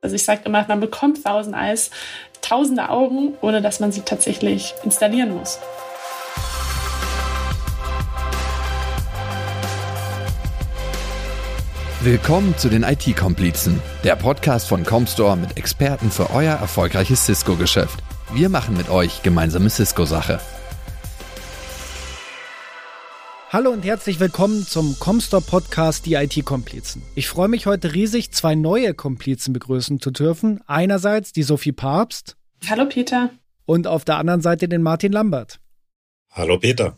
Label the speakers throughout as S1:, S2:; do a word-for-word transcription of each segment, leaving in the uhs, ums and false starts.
S1: Also ich sage immer, man bekommt Thousand Eyes, tausende Augen, ohne dass man sie tatsächlich installieren muss.
S2: Willkommen zu den I T-Komplizen, der Podcast von Comstore mit Experten für euer erfolgreiches Cisco-Geschäft. Wir machen mit euch gemeinsame Cisco-Sache.
S3: Hallo und herzlich willkommen zum Comstore-Podcast Die I T-Komplizen. Ich freue mich heute riesig, zwei neue Komplizen begrüßen zu dürfen. Einerseits die Sophie Papst.
S1: Hallo Peter.
S3: Und auf der anderen Seite den Martin Lambert.
S4: Hallo Peter.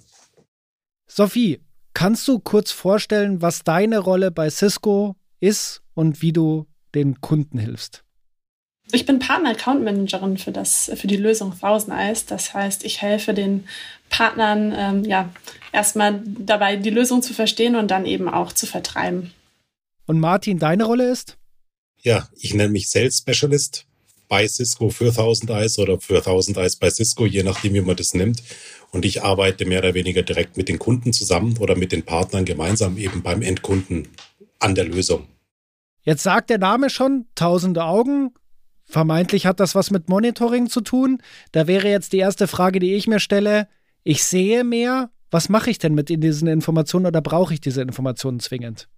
S3: Sophie, kannst du kurz vorstellen, was deine Rolle bei Cisco ist und wie du den Kunden hilfst?
S1: Ich bin Partner-Account-Managerin für, das, für die Lösung Thousand Eyes. Das heißt, ich helfe den Partnern ähm, ja, erstmal dabei, die Lösung zu verstehen und dann eben auch zu vertreiben.
S3: Und Martin, deine Rolle ist?
S4: Ja, ich nenne mich Sales Specialist bei Cisco für Thousand Eyes oder für Thousand Eyes bei Cisco, je nachdem, wie man das nimmt. Und ich arbeite mehr oder weniger direkt mit den Kunden zusammen oder mit den Partnern gemeinsam eben beim Endkunden an der Lösung.
S3: Jetzt sagt der Name schon, tausende Augen. Vermeintlich hat das was mit Monitoring zu tun. Da wäre jetzt die erste Frage, die ich mir stelle. Ich sehe mehr. Was mache ich denn mit in diesen Informationen oder brauche ich diese Informationen zwingend?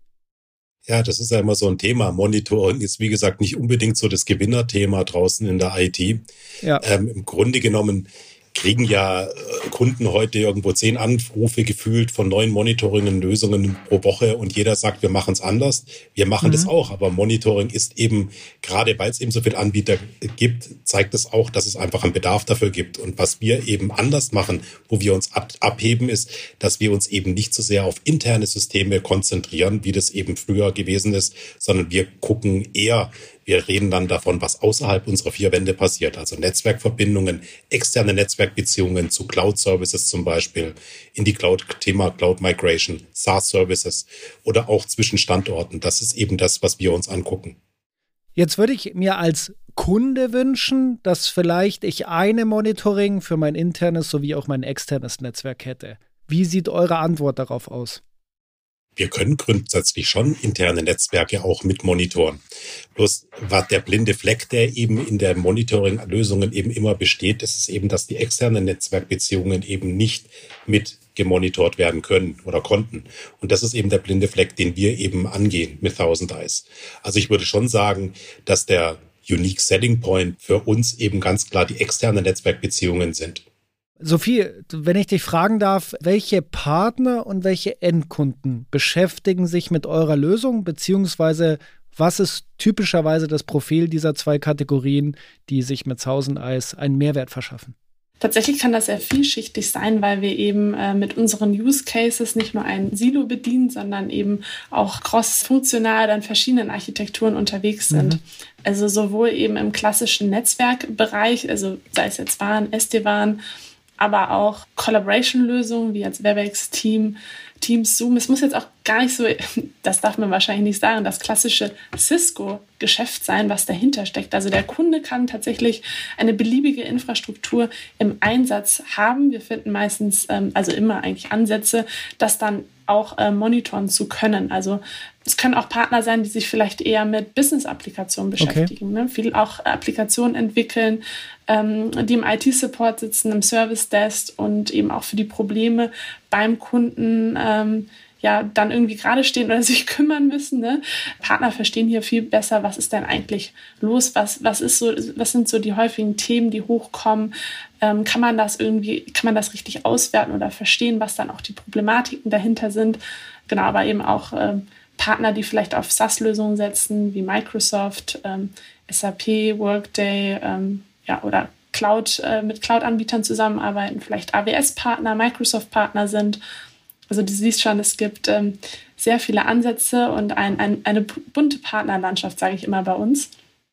S4: Ja, das ist ja immer so ein Thema. Monitoring ist, wie gesagt, nicht unbedingt so das Gewinnerthema draußen in der I T. Ja. Ähm, im Grunde genommen kriegen ja Kunden heute irgendwo zehn Anrufe gefühlt von neuen Monitoring-Lösungen pro Woche und jeder sagt, wir machen es anders. Wir machen mhm. das auch, aber Monitoring ist eben, gerade weil es eben so viele Anbieter gibt, zeigt es auch, dass es einfach einen Bedarf dafür gibt. Und was wir eben anders machen, wo wir uns ab- abheben, ist, dass wir uns eben nicht so sehr auf interne Systeme konzentrieren, wie das eben früher gewesen ist, sondern wir gucken eher, wir reden dann davon, was außerhalb unserer vier Wände passiert, also Netzwerkverbindungen, externe Netzwerkbeziehungen zu Cloud-Services zum Beispiel, in die Cloud, Thema Cloud-Migration, SaaS-Services oder auch zwischen Standorten. Das ist eben das, was wir uns angucken.
S3: Jetzt würde ich mir als Kunde wünschen, dass vielleicht ich eine Monitoring für mein internes sowie auch mein externes Netzwerk hätte. Wie sieht eure Antwort darauf aus?
S4: Wir können grundsätzlich schon interne Netzwerke auch mit monitoren. Bloß was der blinde Fleck, der eben in der Monitoring-Lösungen eben immer besteht, ist es eben, dass die externen Netzwerkbeziehungen eben nicht mit gemonitort werden können oder konnten. Und das ist eben der blinde Fleck, den wir eben angehen mit Thousand Eyes. Also ich würde schon sagen, dass der Unique Selling Point für uns eben ganz klar die externen Netzwerkbeziehungen sind.
S3: Sophie, wenn ich dich fragen darf, welche Partner und welche Endkunden beschäftigen sich mit eurer Lösung, beziehungsweise was ist typischerweise das Profil dieser zwei Kategorien, die sich mit Thousand Eyes einen Mehrwert verschaffen?
S1: Tatsächlich kann das sehr vielschichtig sein, weil wir eben äh, mit unseren Use Cases nicht nur ein Silo bedienen, sondern eben auch cross-funktional dann verschiedenen Architekturen unterwegs sind. Mhm. Also sowohl eben im klassischen Netzwerkbereich, also sei es jetzt W A N, S D W A N, aber auch Collaboration-Lösungen wie jetzt Webex, Team, Teams, Zoom. Es muss jetzt auch gar nicht so, das darf man wahrscheinlich nicht sagen, das klassische Cisco-Geschäft sein, was dahinter steckt. Also der Kunde kann tatsächlich eine beliebige Infrastruktur im Einsatz haben. Wir finden meistens, also immer eigentlich Ansätze, das dann auch monitoren zu können. Also es können auch Partner sein, die sich vielleicht eher mit Business-Applikationen beschäftigen, okay. ne? Viel auch Applikationen entwickeln, ähm, die im I T-Support sitzen, im Service-Desk und eben auch für die Probleme beim Kunden ähm, ja dann irgendwie gerade stehen oder sich kümmern müssen. Ne? Partner verstehen hier viel besser, was ist denn eigentlich los, was, was ist so, was sind so die häufigen Themen, die hochkommen. Ähm, kann man das irgendwie, kann man das richtig auswerten oder verstehen, was dann auch die Problematiken dahinter sind. Genau, aber eben auch ähm, Partner, die vielleicht auf SaaS-Lösungen setzen, wie Microsoft, ähm, S A P, Workday, ähm, ja, oder Cloud, äh, mit Cloud-Anbietern zusammenarbeiten, vielleicht A W S-Partner, Microsoft-Partner sind. Also du siehst schon, es gibt ähm, sehr viele Ansätze und ein, ein, eine bunte Partnerlandschaft, sage ich immer bei uns.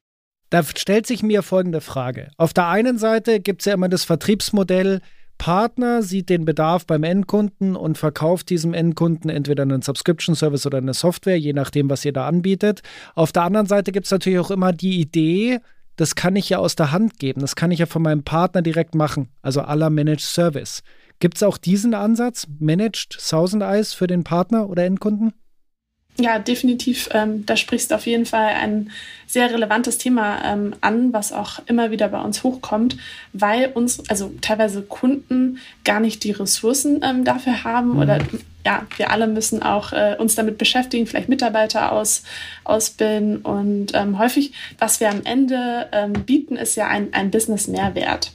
S3: Da stellt sich mir folgende Frage. Auf der einen Seite gibt es ja immer das Vertriebsmodell, Partner sieht den Bedarf beim Endkunden und verkauft diesem Endkunden entweder einen Subscription-Service oder eine Software, je nachdem, was ihr da anbietet. Auf der anderen Seite gibt es natürlich auch immer die Idee, das kann ich ja aus der Hand geben, das kann ich ja von meinem Partner direkt machen, also à la Managed Service. Gibt es auch diesen Ansatz, Managed Thousand Eyes für den Partner oder Endkunden?
S1: Ja, definitiv. Ähm, da sprichst du auf jeden Fall ein sehr relevantes Thema ähm, an, was auch immer wieder bei uns hochkommt, weil uns, also teilweise Kunden gar nicht die Ressourcen ähm, dafür haben mhm. oder ja, wir alle müssen auch äh, uns damit beschäftigen, vielleicht Mitarbeiter aus, ausbilden und ähm, häufig, was wir am Ende ähm, bieten, ist ja ein, ein Business-Mehrwert.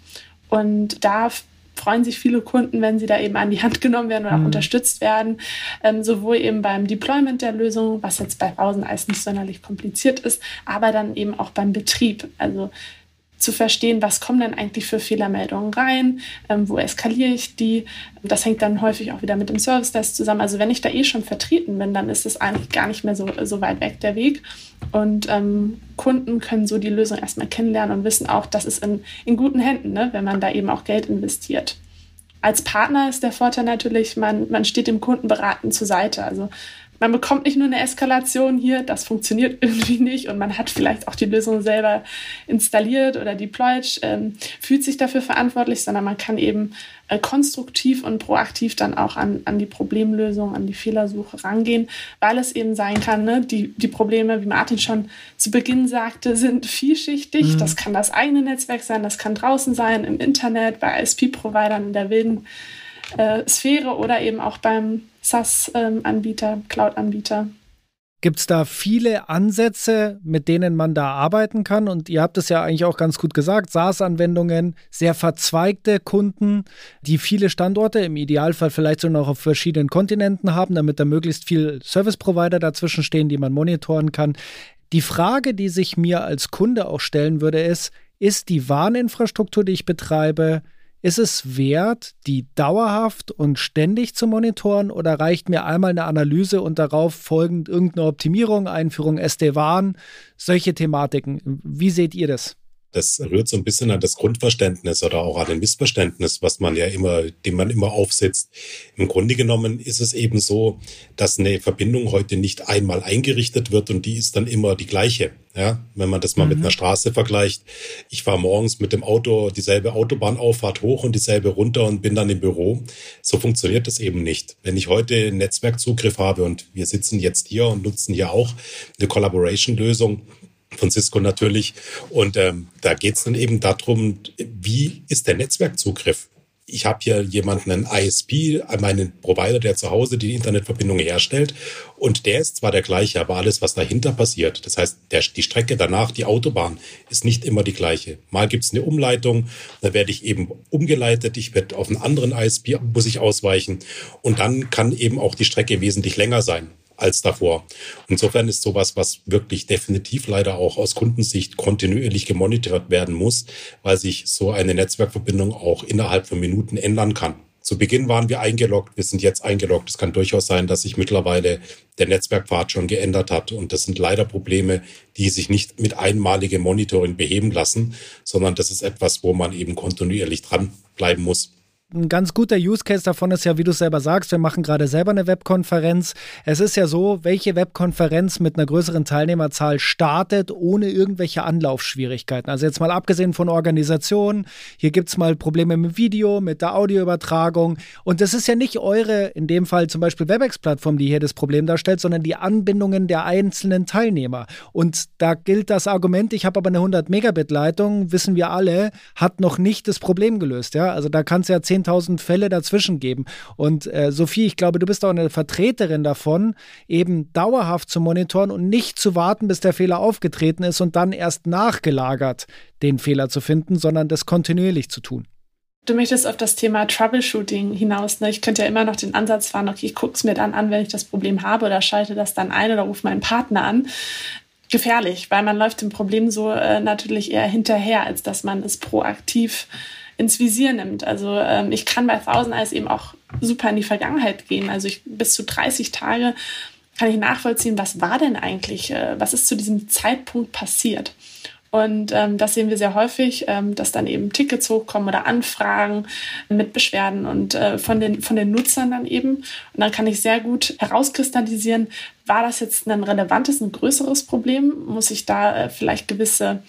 S1: Und da freuen sich viele Kunden, wenn sie da eben an die Hand genommen werden oder auch mhm. unterstützt werden, ähm, sowohl eben beim Deployment der Lösung, was jetzt bei ThousandEyes nicht sonderlich kompliziert ist, aber dann eben auch beim Betrieb. Also zu verstehen, was kommen denn eigentlich für Fehlermeldungen rein, ähm, wo eskaliere ich die. Das hängt dann häufig auch wieder mit dem Service Desk zusammen. Also wenn ich da eh schon vertreten bin, dann ist es eigentlich gar nicht mehr so, so weit weg, der Weg. Und ähm, Kunden können so die Lösung erstmal kennenlernen und wissen auch, das ist in, in guten Händen, ne, wenn man da eben auch Geld investiert. Als Partner ist der Vorteil natürlich, man, man steht dem Kunden beratend zur Seite. Also man bekommt nicht nur eine Eskalation hier, das funktioniert irgendwie nicht und man hat vielleicht auch die Lösung selber installiert oder deployed, ähm, fühlt sich dafür verantwortlich, sondern man kann eben äh, konstruktiv und proaktiv dann auch an, an die Problemlösung, an die Fehlersuche rangehen, weil es eben sein kann, ne, die, die Probleme, wie Martin schon zu Beginn sagte, sind vielschichtig. Mhm. Das kann das eigene Netzwerk sein, das kann draußen sein, im Internet, bei I S P-Providern in der wilden äh, Sphäre oder eben auch beim SaaS-Anbieter, ähm, Cloud-Anbieter.
S3: Gibt es da viele Ansätze, mit denen man da arbeiten kann? Und ihr habt es ja eigentlich auch ganz gut gesagt, SaaS-Anwendungen, sehr verzweigte Kunden, die viele Standorte, im Idealfall vielleicht sogar noch auf verschiedenen Kontinenten haben, damit da möglichst viel Service-Provider dazwischen stehen, die man monitoren kann. Die Frage, die sich mir als Kunde auch stellen würde, ist, ist die Warninfrastruktur, die ich betreibe, ist es wert, die dauerhaft und ständig zu monitoren oder reicht mir einmal eine Analyse und darauf folgend irgendeine Optimierung, Einführung S D-WAN, solche Thematiken? Wie seht ihr das?
S4: Das rührt so ein bisschen an das Grundverständnis oder auch an ein Missverständnis, was man ja immer, dem man immer aufsetzt. Im Grunde genommen ist es eben so, dass eine Verbindung heute nicht einmal eingerichtet wird und die ist dann immer die gleiche. Ja, wenn man das mal mhm. mit einer Straße vergleicht. Ich fahre morgens mit dem Auto dieselbe Autobahnauffahrt hoch und dieselbe runter und bin dann im Büro. So funktioniert das eben nicht. Wenn ich heute einen Netzwerkzugriff habe und wir sitzen jetzt hier und nutzen hier auch eine Collaboration-Lösung, von Cisco natürlich. Und ähm, da geht es dann eben darum, wie ist der Netzwerkzugriff? Ich habe hier jemanden, einen I S P, meinen Provider, der zu Hause die Internetverbindung herstellt. Und der ist zwar der gleiche, aber alles, was dahinter passiert, das heißt, der, die Strecke danach, die Autobahn, ist nicht immer die gleiche. Mal gibt es eine Umleitung, da werde ich eben umgeleitet, ich werde auf einen anderen I S P, muss ich ausweichen. Und dann kann eben auch die Strecke wesentlich länger sein als davor. Insofern ist sowas, was wirklich definitiv leider auch aus Kundensicht kontinuierlich gemonitort werden muss, weil sich so eine Netzwerkverbindung auch innerhalb von Minuten ändern kann. Zu Beginn waren wir eingeloggt, wir sind jetzt eingeloggt. Es kann durchaus sein, dass sich mittlerweile der Netzwerkpfad schon geändert hat. Und das sind leider Probleme, die sich nicht mit einmaligem Monitoring beheben lassen, sondern das ist etwas, wo man eben kontinuierlich dranbleiben muss.
S3: Ein ganz guter Use Case davon ist ja, wie du selber sagst, wir machen gerade selber eine Webkonferenz. Es ist ja so, welche Webkonferenz mit einer größeren Teilnehmerzahl startet, ohne irgendwelche Anlaufschwierigkeiten. Also jetzt mal abgesehen von Organisationen, hier gibt es mal Probleme mit Video, mit der Audioübertragung. Und das ist ja nicht eure, in dem Fall zum Beispiel Webex-Plattform, die hier das Problem darstellt, sondern die Anbindungen der einzelnen Teilnehmer. Und da gilt das Argument, ich habe aber eine hundert Megabit Leitung, wissen wir alle, hat noch nicht das Problem gelöst. Ja? Also da kann es ja zehntausend Fälle dazwischen geben. Und äh, Sophie, ich glaube, du bist auch eine Vertreterin davon, eben dauerhaft zu monitoren und nicht zu warten, bis der Fehler aufgetreten ist und dann erst nachgelagert den Fehler zu finden, sondern das kontinuierlich zu tun.
S1: Du möchtest auf das Thema Troubleshooting hinaus. Ne? Ich könnte ja immer noch den Ansatz fahren, okay, ich gucke es mir dann an, wenn ich das Problem habe oder schalte das dann ein oder rufe meinen Partner an. Gefährlich, weil man läuft dem Problem so äh, natürlich eher hinterher, als dass man es proaktiv ins Visier nimmt. Also ähm, ich kann bei ThousandEyes eben auch super in die Vergangenheit gehen. Also ich, bis zu dreißig Tage kann ich nachvollziehen, was war denn eigentlich, äh, was ist zu diesem Zeitpunkt passiert. Und ähm, das sehen wir sehr häufig, ähm, dass dann eben Tickets hochkommen oder Anfragen mit Beschwerden und äh, von den, von den Nutzern dann eben. Und dann kann ich sehr gut herauskristallisieren, war das jetzt ein relevantes, ein größeres Problem? Muss ich da äh, vielleicht gewisse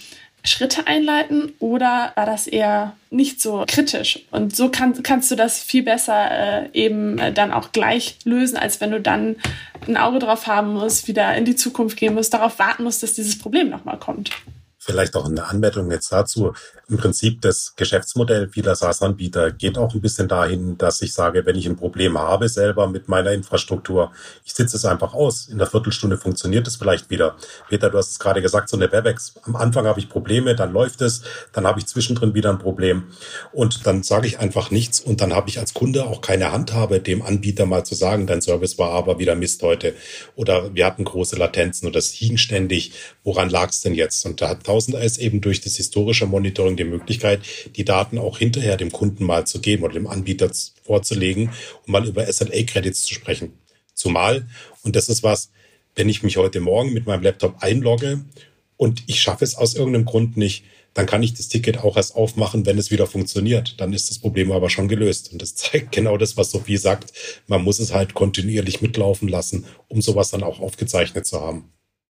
S1: Schritte einleiten oder war das eher nicht so kritisch? Und so kann, kannst du das viel besser äh, eben äh, dann auch gleich lösen, als wenn du dann ein Auge drauf haben musst, wieder in die Zukunft gehen musst, darauf warten musst, dass dieses Problem nochmal kommt.
S4: Vielleicht auch eine Anmerkung jetzt dazu. Im Prinzip das Geschäftsmodell vieler SaaS-Anbieter geht auch ein bisschen dahin, dass ich sage, wenn ich ein Problem habe selber mit meiner Infrastruktur, ich sitze es einfach aus. In einer Viertelstunde funktioniert es vielleicht wieder. Peter, du hast es gerade gesagt, so eine Webex. Am Anfang habe ich Probleme, dann läuft es, dann habe ich zwischendrin wieder ein Problem und dann sage ich einfach nichts und dann habe ich als Kunde auch keine Handhabe, dem Anbieter mal zu sagen, dein Service war aber wieder Mist heute oder wir hatten große Latenzen oder es hing ständig. Woran lag es denn jetzt? Und da hat tausend Eis eben durch das historische Monitoring die Möglichkeit, die Daten auch hinterher dem Kunden mal zu geben oder dem Anbieter vorzulegen, um mal über S L A-Credits zu sprechen. Zumal, und das ist was, wenn ich mich heute Morgen mit meinem Laptop einlogge und ich schaffe es aus irgendeinem Grund nicht, dann kann ich das Ticket auch erst aufmachen, wenn es wieder funktioniert. Dann ist das Problem aber schon gelöst. Und das zeigt genau das, was Sophie sagt. Man muss es halt kontinuierlich mitlaufen lassen, um sowas dann auch aufgezeichnet zu haben.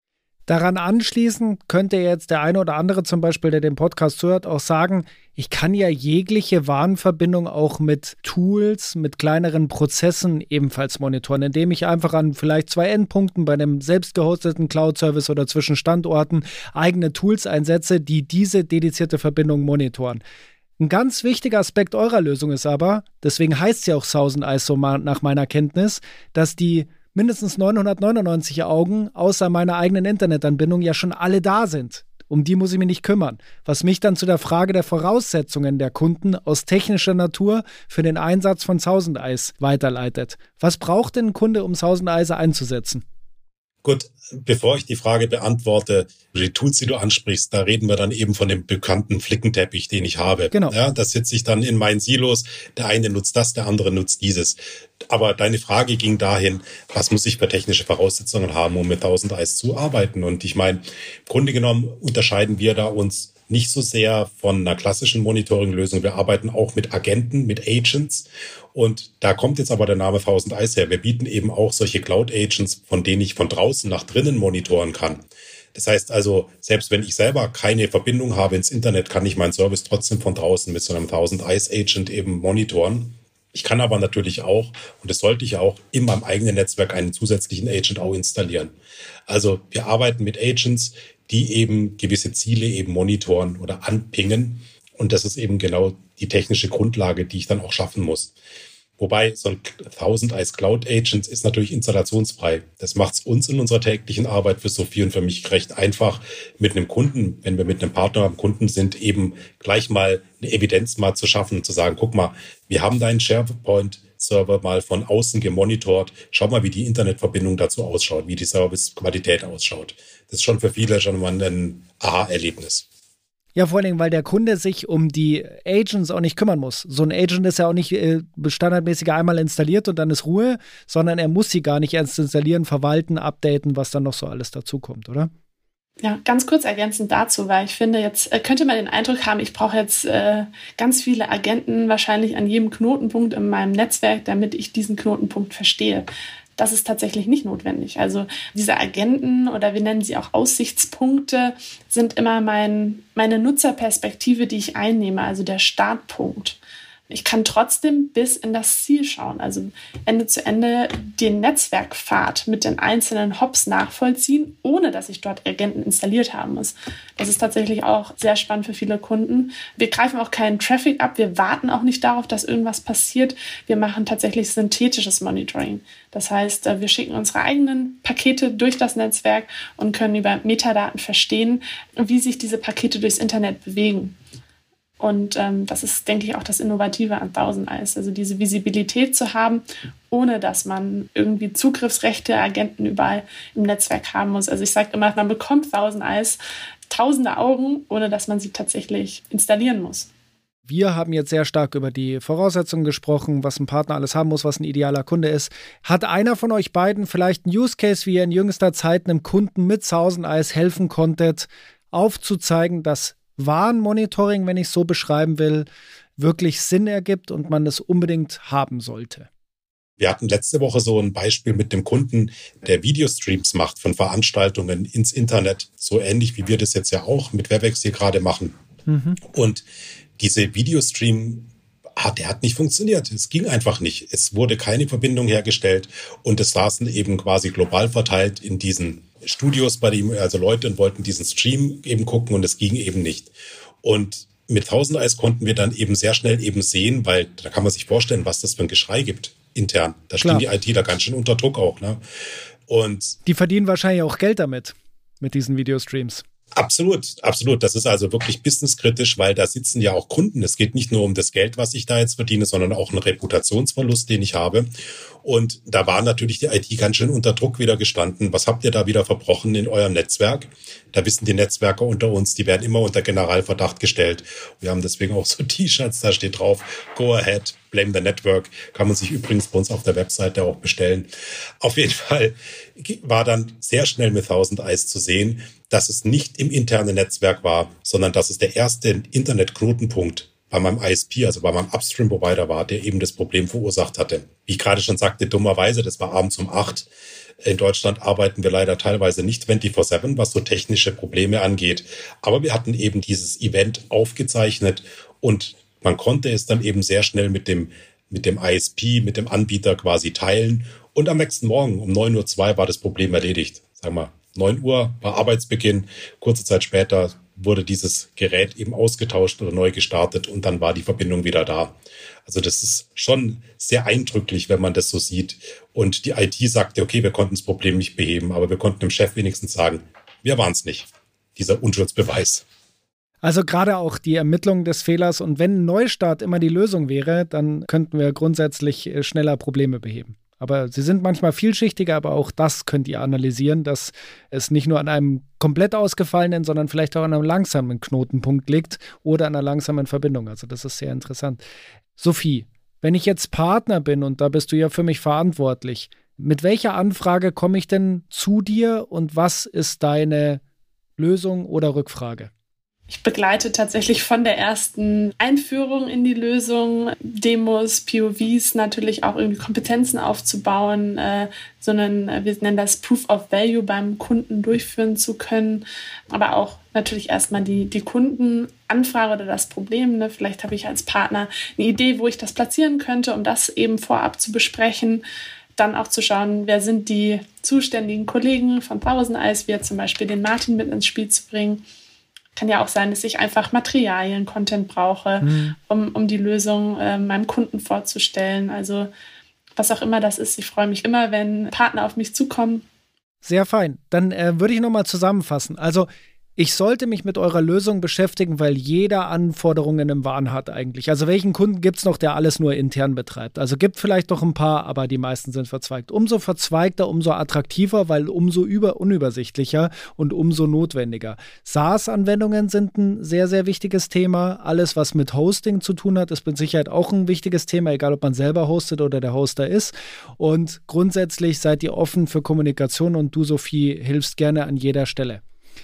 S3: Daran anschließend könnte jetzt der eine oder andere zum Beispiel, der den Podcast hört, auch sagen, ich kann ja jegliche Warenverbindung auch mit Tools, mit kleineren Prozessen ebenfalls monitoren, indem ich einfach an vielleicht zwei Endpunkten bei einem selbst gehosteten Cloud-Service oder zwischen Standorten eigene Tools einsetze, die diese dedizierte Verbindung monitoren. Ein ganz wichtiger Aspekt eurer Lösung ist aber, deswegen heißt sie auch Thousand Eyes so nach meiner Kenntnis, dass die mindestens neunhundertneunundneunzig Augen außer meiner eigenen Internetanbindung ja schon alle da sind. Um die muss ich mich nicht kümmern. Was mich dann zu der Frage der Voraussetzungen der Kunden aus technischer Natur für den Einsatz von Thousand Eyes weiterleitet. Was braucht denn ein Kunde, um Thousand Eyes einzusetzen?
S4: Gut, bevor ich die Frage beantworte, die Tools, die du ansprichst, da reden wir dann eben von dem bekannten Flickenteppich, den ich habe.
S3: Genau.
S4: Ja, da sitze ich dann in meinen Silos. Der eine nutzt das, der andere nutzt dieses. Aber deine Frage ging dahin, was muss ich für technische Voraussetzungen haben, um mit Thousand Eyes zu arbeiten? Und ich meine, im Grunde genommen unterscheiden wir da uns nicht so sehr von einer klassischen Monitoring-Lösung. Wir arbeiten auch mit Agenten, mit Agents. Und da kommt jetzt aber der Name Thousand Eyes her. Wir bieten eben auch solche Cloud-Agents, von denen ich von draußen nach drinnen monitoren kann. Das heißt also, selbst wenn ich selber keine Verbindung habe ins Internet, kann ich meinen Service trotzdem von draußen mit so einem Thousand Eyes Agent eben monitoren. Ich kann aber natürlich auch, und das sollte ich auch, in meinem eigenen Netzwerk einen zusätzlichen Agent auch installieren. Also wir arbeiten mit Agents, die eben gewisse Ziele eben monitoren oder anpingen. Und das ist eben genau die technische Grundlage, die ich dann auch schaffen muss. Wobei so ein Thousand Eyes Cloud Agents ist natürlich installationsfrei. Das macht es uns in unserer täglichen Arbeit für Sophie und für mich recht einfach, mit einem Kunden, wenn wir mit einem Partner am Kunden sind, eben gleich mal eine Evidenz mal zu schaffen und zu sagen, guck mal, wir haben deinen SharePoint-Server mal von außen gemonitort. Schau mal, wie die Internetverbindung dazu ausschaut, wie die Servicequalität ausschaut. Das ist schon für viele schon mal ein Aha-Erlebnis.
S3: Ja, vor allem, weil der Kunde sich um die Agents auch nicht kümmern muss. So ein Agent ist ja auch nicht äh, standardmäßig einmal installiert und dann ist Ruhe, sondern er muss sie gar nicht erst installieren, verwalten, updaten, was dann noch so alles dazukommt, oder?
S1: Ja, ganz kurz ergänzend dazu, weil ich finde, jetzt äh, könnte man den Eindruck haben, ich brauche jetzt äh, ganz viele Agenten wahrscheinlich an jedem Knotenpunkt in meinem Netzwerk, damit ich diesen Knotenpunkt verstehe. Das ist tatsächlich nicht notwendig. Also diese Agenten oder wir nennen sie auch Aussichtspunkte sind immer mein, meine Nutzerperspektive, die ich einnehme, also der Startpunkt. Ich kann trotzdem bis in das Ziel schauen, also Ende zu Ende den Netzwerkpfad mit den einzelnen Hops nachvollziehen, ohne dass ich dort Agenten installiert haben muss. Das ist tatsächlich auch sehr spannend für viele Kunden. Wir greifen auch keinen Traffic ab, wir warten auch nicht darauf, dass irgendwas passiert. Wir machen tatsächlich synthetisches Monitoring. Das heißt, wir schicken unsere eigenen Pakete durch das Netzwerk und können über Metadaten verstehen, wie sich diese Pakete durchs Internet bewegen. Und ähm, das ist, denke ich, auch das Innovative an Thousand Eyes, also diese Visibilität zu haben, ohne dass man irgendwie Zugriffsrechte, Agenten überall im Netzwerk haben muss. Also ich sage immer, man bekommt Thousand Eyes, tausende Augen, ohne dass man sie tatsächlich installieren muss.
S3: Wir haben jetzt sehr stark über die Voraussetzungen gesprochen, was ein Partner alles haben muss, was ein idealer Kunde ist. Hat einer von euch beiden vielleicht einen Use Case, wie ihr in jüngster Zeit einem Kunden mit Thousand Eyes helfen konntet, aufzuzeigen, dass Warenmonitoring, wenn ich es so beschreiben will, wirklich Sinn ergibt und man es unbedingt haben sollte?
S4: Wir hatten letzte Woche so ein Beispiel mit dem Kunden, der Videostreams macht von Veranstaltungen ins Internet, so ähnlich wie wir das jetzt ja auch mit Webex hier gerade machen. Mhm. Und diese Videostream, ah, der hat nicht funktioniert. Es ging einfach nicht. Es wurde keine Verbindung hergestellt und es saßen eben quasi global verteilt in diesen Studios bei dem, also Leute wollten diesen Stream eben gucken und es ging eben nicht. Und mit Thousand Eyes konnten wir dann eben sehr schnell eben sehen, weil da kann man sich vorstellen, was das für ein Geschrei gibt intern. Da stehen die I T da ganz schön unter Druck auch. Ne? Und
S3: die verdienen wahrscheinlich auch Geld damit, mit diesen Videostreams.
S4: Absolut, absolut. Das ist also wirklich businesskritisch, weil da sitzen ja auch Kunden. Es geht nicht nur um das Geld, was ich da jetzt verdiene, sondern auch einen Reputationsverlust, den ich habe. Und da war natürlich die I T ganz schön unter Druck wieder gestanden. Was habt ihr da wieder verbrochen in eurem Netzwerk? Da wissen die Netzwerker unter uns, die werden immer unter Generalverdacht gestellt. Wir haben deswegen auch so T-Shirts, da steht drauf, go ahead, blame the network. Kann man sich übrigens bei uns auf der Webseite auch bestellen. Auf jeden Fall war dann sehr schnell mit Thousand Eyes zu sehen, dass es nicht im internen Netzwerk war, sondern dass es der erste Internetknotenpunkt bei meinem I S P, also bei meinem Upstream-Provider war, der eben das Problem verursacht hatte. Wie ich gerade schon sagte, dummerweise, das war abends um acht. In Deutschland arbeiten wir leider teilweise nicht vierundzwanzig sieben, was so technische Probleme angeht. Aber wir hatten eben dieses Event aufgezeichnet und man konnte es dann eben sehr schnell mit dem, mit dem I S P, mit dem Anbieter quasi teilen. Und am nächsten Morgen um neun Uhr zwei war das Problem erledigt. Sagen wir, neun Uhr war Arbeitsbeginn. Kurze Zeit später wurde dieses Gerät eben ausgetauscht oder neu gestartet und dann war die Verbindung wieder da. Also das ist schon sehr eindrücklich, wenn man das so sieht. Und die I T sagte, okay, wir konnten das Problem nicht beheben, aber wir konnten dem Chef wenigstens sagen, wir waren es nicht. Dieser Unschuldsbeweis.
S3: Also gerade auch die Ermittlung des Fehlers und wenn ein Neustart immer die Lösung wäre, dann könnten wir grundsätzlich schneller Probleme beheben. Aber sie sind manchmal vielschichtiger, aber auch das könnt ihr analysieren, dass es nicht nur an einem komplett ausgefallenen, sondern vielleicht auch an einem langsamen Knotenpunkt liegt oder an einer langsamen Verbindung. Also das ist sehr interessant. Sophie, wenn ich jetzt Partner bin und da bist du ja für mich verantwortlich, mit welcher Anfrage komme ich denn zu dir und was ist deine Lösung oder Rückfrage?
S1: Ich begleite tatsächlich von der ersten Einführung in die Lösung, Demos, P O Vs, natürlich auch irgendwie Kompetenzen aufzubauen, äh, sondern äh, wir nennen das Proof of Value beim Kunden durchführen zu können, aber auch natürlich erstmal die, die Kundenanfrage oder das Problem. Ne? Vielleicht habe ich als Partner eine Idee, wo ich das platzieren könnte, um das eben vorab zu besprechen. Dann auch zu schauen, wer sind die zuständigen Kollegen von Thousand Eyes, wie zum Beispiel den Martin mit ins Spiel zu bringen. Kann ja auch sein, dass ich einfach Materialien, Content brauche, mhm. um, um die Lösung äh, meinem Kunden vorzustellen. Also was auch immer das ist. Ich freue mich immer, wenn Partner auf mich zukommen.
S3: Sehr fein. Dann äh, würde ich nochmal zusammenfassen. Also ich sollte mich mit eurer Lösung beschäftigen, weil jeder Anforderungen im Wahn hat eigentlich. Also welchen Kunden gibt es noch, der alles nur intern betreibt? Also gibt vielleicht doch ein paar, aber die meisten sind verzweigt. Umso verzweigter, umso attraktiver, weil umso über unübersichtlicher und umso notwendiger. SaaS-Anwendungen sind ein sehr, sehr wichtiges Thema. Alles, was mit Hosting zu tun hat, ist mit Sicherheit auch ein wichtiges Thema, egal ob man selber hostet oder der Hoster ist. Und grundsätzlich seid ihr offen für Kommunikation und du, Sophie, hilfst gerne an jeder Stelle.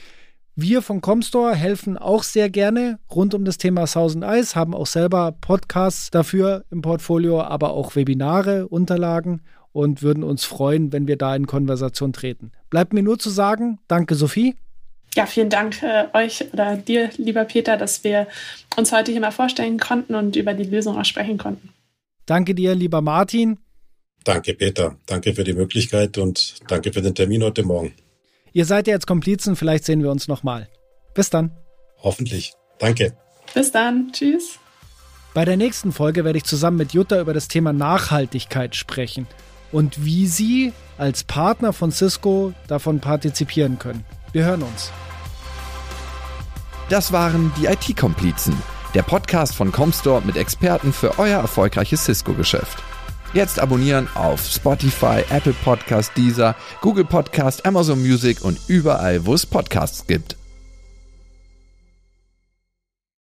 S3: Wir von Comstore helfen auch sehr gerne rund um das Thema Thousand Eyes, haben auch selber Podcasts dafür im Portfolio, aber auch Webinare, Unterlagen und würden uns freuen, wenn wir da in Konversation treten. Bleibt mir nur zu sagen, danke Sophie.
S1: Ja, vielen Dank äh, euch oder dir, lieber Peter, dass wir uns heute hier mal vorstellen konnten und über die Lösung auch sprechen konnten.
S3: Danke dir, lieber Martin.
S4: Danke, Peter. Danke für die Möglichkeit und danke für den Termin heute Morgen.
S3: Ihr seid ja jetzt Komplizen, vielleicht sehen wir uns nochmal. Bis dann.
S4: Hoffentlich. Danke.
S1: Bis dann. Tschüss.
S3: Bei der nächsten Folge werde ich zusammen mit Jutta über das Thema Nachhaltigkeit sprechen und wie Sie als Partner von Cisco davon partizipieren können. Wir hören uns.
S2: Das waren die I T-Komplizen, der Podcast von Comstore mit Experten für euer erfolgreiches Cisco-Geschäft. Jetzt abonnieren auf Spotify, Apple Podcast, Deezer, Google Podcast, Amazon Music und überall, wo es Podcasts gibt.